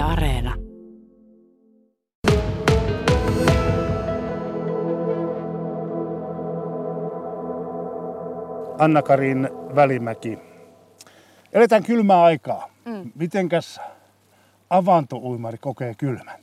Areena. Anna-Karin Välimäki. Eletään kylmää aikaa. Mitenkäs avantouimari kokee kylmän?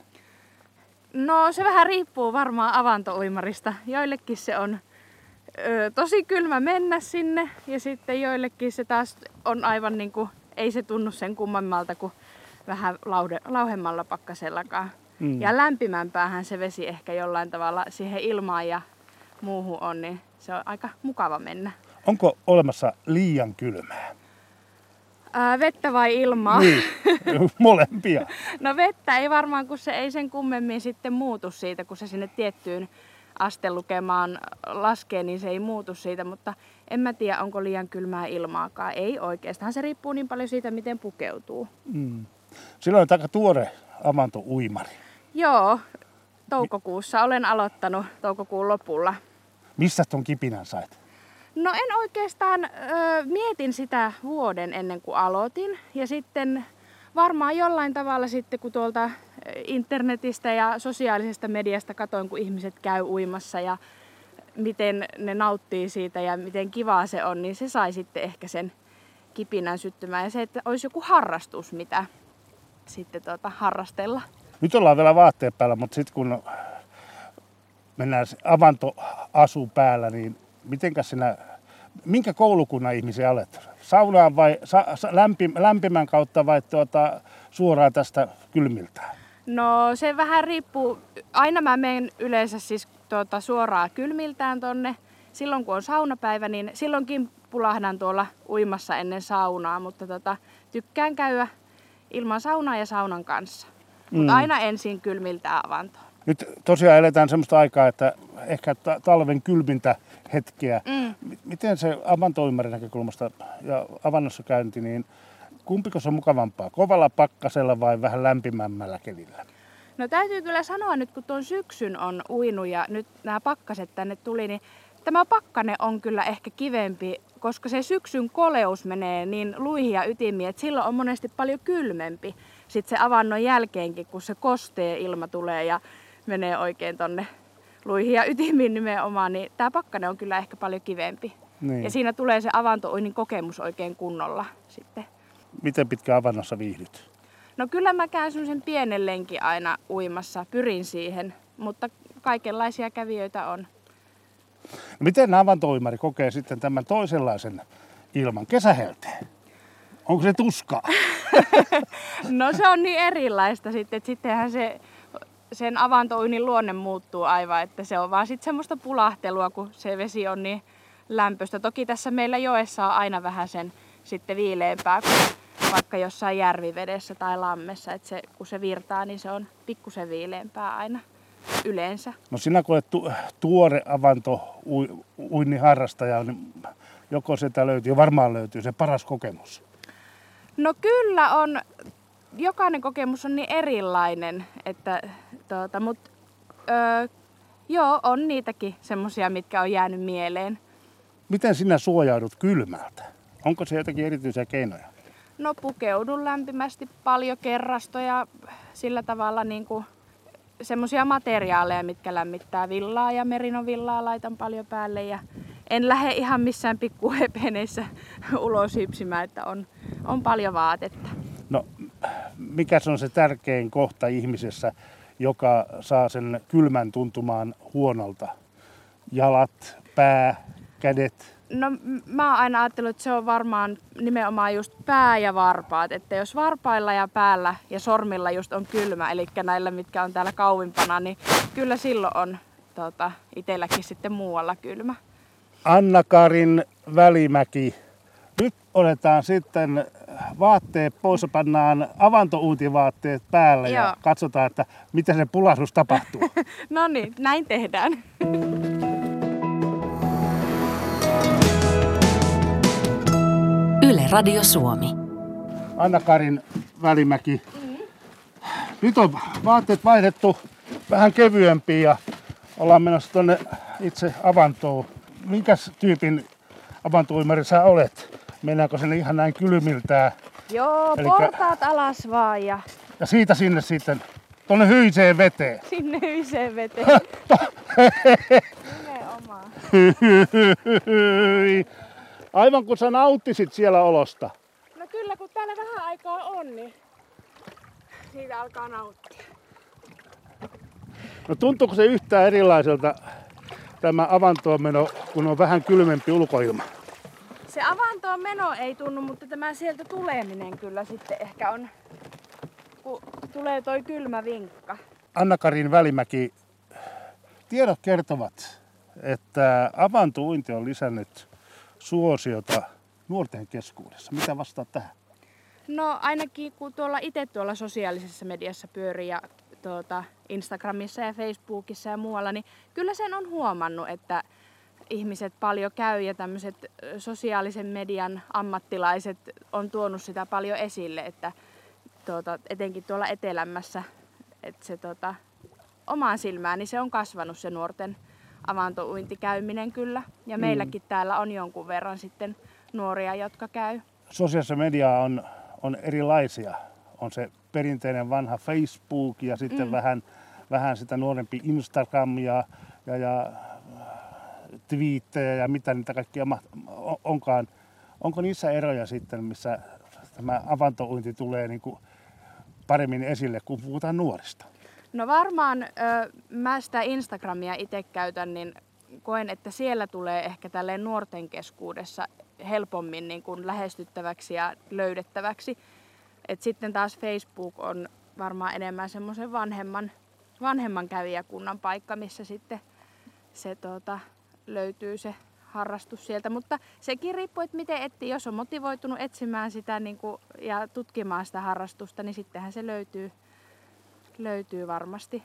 No se vähän riippuu varmaan avantouimarista. Joillekin se on tosi kylmä mennä sinne ja sitten joillekin se taas on aivan niinku, ei se tunnu sen kummemmalta kuin vähän lauhemmalla pakkasellakaan. Ja lämpimämpäähän se vesi ehkä jollain tavalla siihen ilmaan ja muuhun on, niin se on aika mukava mennä. Onko olemassa liian kylmää? Vettä vai ilmaa? Niin, molempia. No vettä ei varmaan, kun se ei sen kummemmin sitten muutu siitä, kun se sinne tiettyyn astelukemaan laskee, niin se ei muutu siitä, mutta en mä tiedä, onko liian kylmää ilmaakaan. Ei oikeastaan, se riippuu niin paljon siitä, miten pukeutuu. Silloin on aika tuore avantouimari. Joo, toukokuussa olen aloittanut toukokuun lopulla. Mistä ton kipinän sait? No en oikeastaan, mietin sitä vuoden ennen kuin aloitin ja sitten varmaan jollain tavalla sitten kun tuolta internetistä ja sosiaalisesta mediasta katoin, kun ihmiset käy uimassa ja miten ne nauttii siitä ja miten kivaa se on, niin se sai sitten ehkä sen kipinän syttymään ja se, että olisi joku harrastus, mitä sitten harrastella. Nyt ollaan vielä vaatteet päällä, mutta sitten kun mennään avantoasu päällä, niin mitenkäs sinä, minkä koulukunnan ihmisiä olet? Saunaan vai lämpimän kautta vai suoraan tästä kylmiltään? No se vähän riippuu. Aina mä menen yleensä siis suoraan kylmiltään tonne. Silloin kun on saunapäivä, niin silloinkin pulahdan tuolla uimassa ennen saunaa, mutta tykkään käydä ilman saunaa ja saunan kanssa. Mutta aina ensin kylmiltään avantoon. Nyt tosiaan eletään semmoista aikaa, että ehkä talven kylmintä hetkeä. Miten se avantouimarin näkökulmasta ja avannossa käynti, niin kumpiko se on mukavampaa? Kovalla pakkasella vai vähän lämpimämmällä kelillä? No täytyy kyllä sanoa nyt, kun tuon syksyn on uinut ja nyt nämä pakkaset tänne tuli, niin tämä pakkane on kyllä ehkä kivempi, koska se syksyn koleus menee niin luihin ja ytimiin, että silloin on monesti paljon kylmempi. Sitten se avannon jälkeenkin, kun se kostee ilma tulee ja menee oikein tonne luihin ja ytimiin nimenomaan, niin tämä pakkane on kyllä ehkä paljon kivempi. Niin. Ja siinä tulee se avantouinnin kokemus oikein kunnolla sitten. Miten pitkä avannossa viihdyt? No kyllä mä käyn semmoisen pienen lenkin aina uimassa, pyrin siihen, mutta kaikenlaisia kävijöitä on. No miten avantouimari kokee sitten tämän toisenlaisen ilman, kesähelteen? Onko se tuskaa? No se on niin erilaista sitten, että sittenhän sen avantouinnin luonne muuttuu aivan, että se on vaan sitten semmoista pulahtelua, kun se vesi on niin lämpöistä. Toki tässä meillä joessa on aina vähän sen sitten viileämpää kuin vaikka jossain järvivedessä tai lammessa, että se, kun se virtaa, niin se on pikkusen viileämpää aina yleensä. No sinä kun olet tuore avantouinnin harrastaja, niin joko sieltä löytyy, varmaan löytyy se paras kokemus? No kyllä on. Jokainen kokemus on niin erilainen, että joo, on niitäkin semmosia, mitkä on jäänyt mieleen. Miten sinä suojaudut kylmältä? Onko se jotakin erityisiä keinoja? No pukeudun lämpimästi paljon kerrastoja sillä tavalla niin kuin semmosia materiaaleja, mitkä lämmittää villaa ja merinovillaa laitan paljon päälle ja en lähde ihan missään pikkuhepeneissä ulos hypsimään, että on paljon vaatetta. No, mikä se on se tärkein kohta ihmisessä, joka saa sen kylmän tuntumaan huonolta? Jalat, pää, kädet? No mä oon aina ajatellut, että se on varmaan nimenomaan just pää ja varpaat. Että jos varpailla ja päällä ja sormilla just on kylmä, eli näillä mitkä on täällä kauimpana, niin kyllä silloin on itselläkin sitten muualla kylmä. Anna-Karin Välimäki. Nyt otetaan sitten vaatteet pois ja pannaan avantouintivaatteet päälle ja katsotaan, että miten se pulahdus tapahtuu. No niin, näin tehdään. Yle Radio Suomi. Anna-Karin Välimäki. Nyt on vaatteet vaihdettu vähän kevyempiin ja ollaan menossa tuonne itse avantoon. Minkäs tyypin avantouimari sä olet? Mennäänkö sinne ihan näin kylmiltään Joo, portaat alas vaan ja Ja siitä sinne sitten, tuonne hyiseen veteen. sinne hyiseen veteen. Nimenomaan. Aivan kun sä nauttisit siellä olosta. No kyllä, kun täällä vähän aikaa on, niin siitä alkaa nauttia. No tuntuuko se yhtään erilaiselta tämä avantoon meno, kun on vähän kylmempi ulkoilma? Se avantoon meno ei tunnu, mutta tämä sieltä tuleminen kyllä sitten ehkä on, kun tulee toi kylmä vinkka. Anna-Karin Välimäki, tiedot kertovat, että avantouinti on lisännyt suosiota nuorten keskuudessa. Mitä vastaat tähän? No ainakin kun tuolla sosiaalisessa mediassa pyörii ja Instagramissa ja Facebookissa ja muualla, niin kyllä sen on huomannut, että ihmiset paljon käy ja tämmöiset sosiaalisen median ammattilaiset on tuonut sitä paljon esille, että etenkin tuolla etelämmässä, että se omaan silmään, niin se on kasvanut se nuorten avantouintikäyminen kyllä. Ja meilläkin täällä on jonkun verran sitten nuoria, jotka käy. Sosiaalista mediaa on erilaisia. On se perinteinen vanha Facebook ja sitten vähän sitä nuorempi Instagram ja twiittejä ja mitä niitä kaikkia onkaan. Onko niissä eroja sitten, missä tämä avantouinti tulee niin kuin paremmin esille, kun puhutaan nuorista? No varmaan mä sitä Instagramia itse käytän, niin koen, että siellä tulee ehkä tälleen nuorten keskuudessa helpommin niin kuin lähestyttäväksi ja löydettäväksi. Et sitten taas Facebook on varmaan enemmän semmoisen vanhemman kävijäkunnan paikka, missä sitten se löytyy se harrastus sieltä. Mutta sekin riippuu, että miten etsii. Jos on motivoitunut etsimään sitä niin kuin, ja tutkimaan sitä harrastusta, niin sittenhän se löytyy varmasti.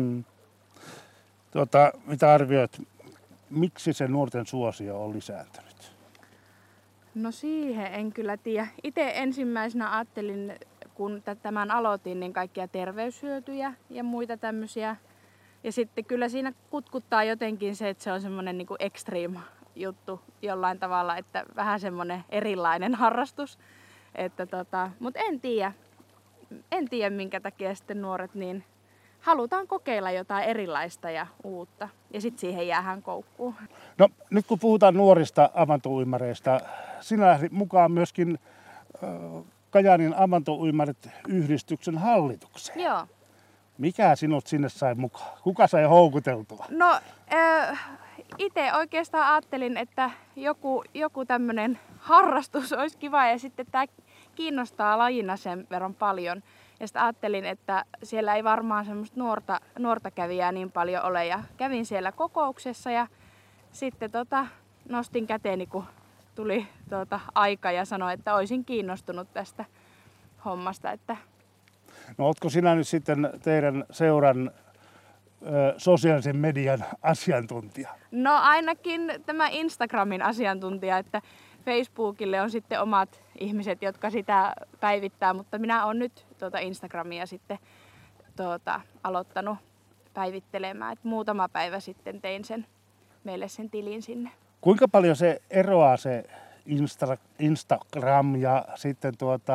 Mitä arvioit, miksi se nuorten suosio on lisääntynyt? No siihen en kyllä tiedä. Itse ensimmäisenä ajattelin, kun tämän aloitin, niin kaikkia terveyshyötyjä ja muita tämmöisiä. Ja sitten kyllä siinä kutkuttaa jotenkin se, että se on semmoinen niin kuin extreme juttu jollain tavalla, että vähän semmoinen erilainen harrastus. Mutta en tiedä minkä takia sitten nuoret niin halutaan kokeilla jotain erilaista ja uutta. Ja sitten siihen jäähän koukkuun. No nyt kun puhutaan nuorista avantouimareista, sinä lähdit mukaan myöskin Kajaanin avantouimarit-yhdistyksen hallitukseen. Joo. Mikä sinut sinne sai mukaan? Kuka sai houkuteltua? No itse oikeastaan ajattelin, että joku tämmöinen harrastus olisi kiva ja sitten tämä kiinnostaa lajina sen verran paljon. Ja sitten ajattelin, että siellä ei varmaan semmoista nuorta kävijää niin paljon ole ja kävin siellä kokouksessa ja sitten nostin käteeni, kun tuli aika ja sanoin, että olisin kiinnostunut tästä hommasta. Että no ootko sinä nyt sitten teidän seuran sosiaalisen median asiantuntija? No ainakin tämä Instagramin asiantuntija, että Facebookille on sitten omat ihmiset, jotka sitä päivittää, mutta minä olen nyt Instagramia sitten aloittanut päivittelemään. Et muutama päivä sitten tein meille sen tilin sinne. Kuinka paljon se eroaa se Instagram ja sitten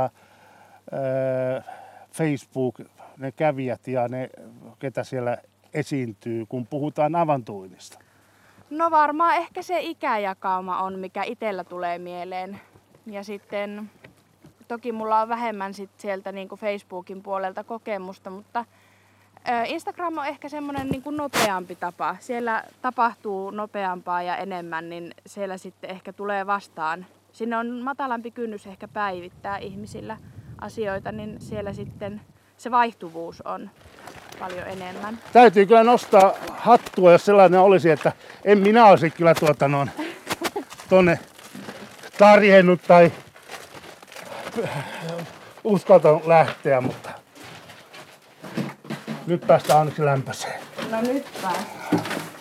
Facebook, ne kävijät ja ne, ketä siellä esiintyy, kun puhutaan avantuinnista? No varmaan ehkä se ikäjakauma on, mikä itsellä tulee mieleen. Ja sitten toki mulla on vähemmän sieltä niin kuin Facebookin puolelta kokemusta, mutta Instagram on ehkä semmoinen niin kuin nopeampi tapa. Siellä tapahtuu nopeampaa ja enemmän, niin siellä sitten ehkä tulee vastaan. Sinne on matalampi kynnys ehkä päivittää ihmisillä asioita, niin siellä sitten se vaihtuvuus on paljon enemmän. Täytyy kyllä nostaa hattua, jos sellainen olisi, että en minä olisi kyllä tuonne tarjennut tai uskaltanut lähteä, mutta nyt päästään onneksi lämpöiseen. No nyt päästään.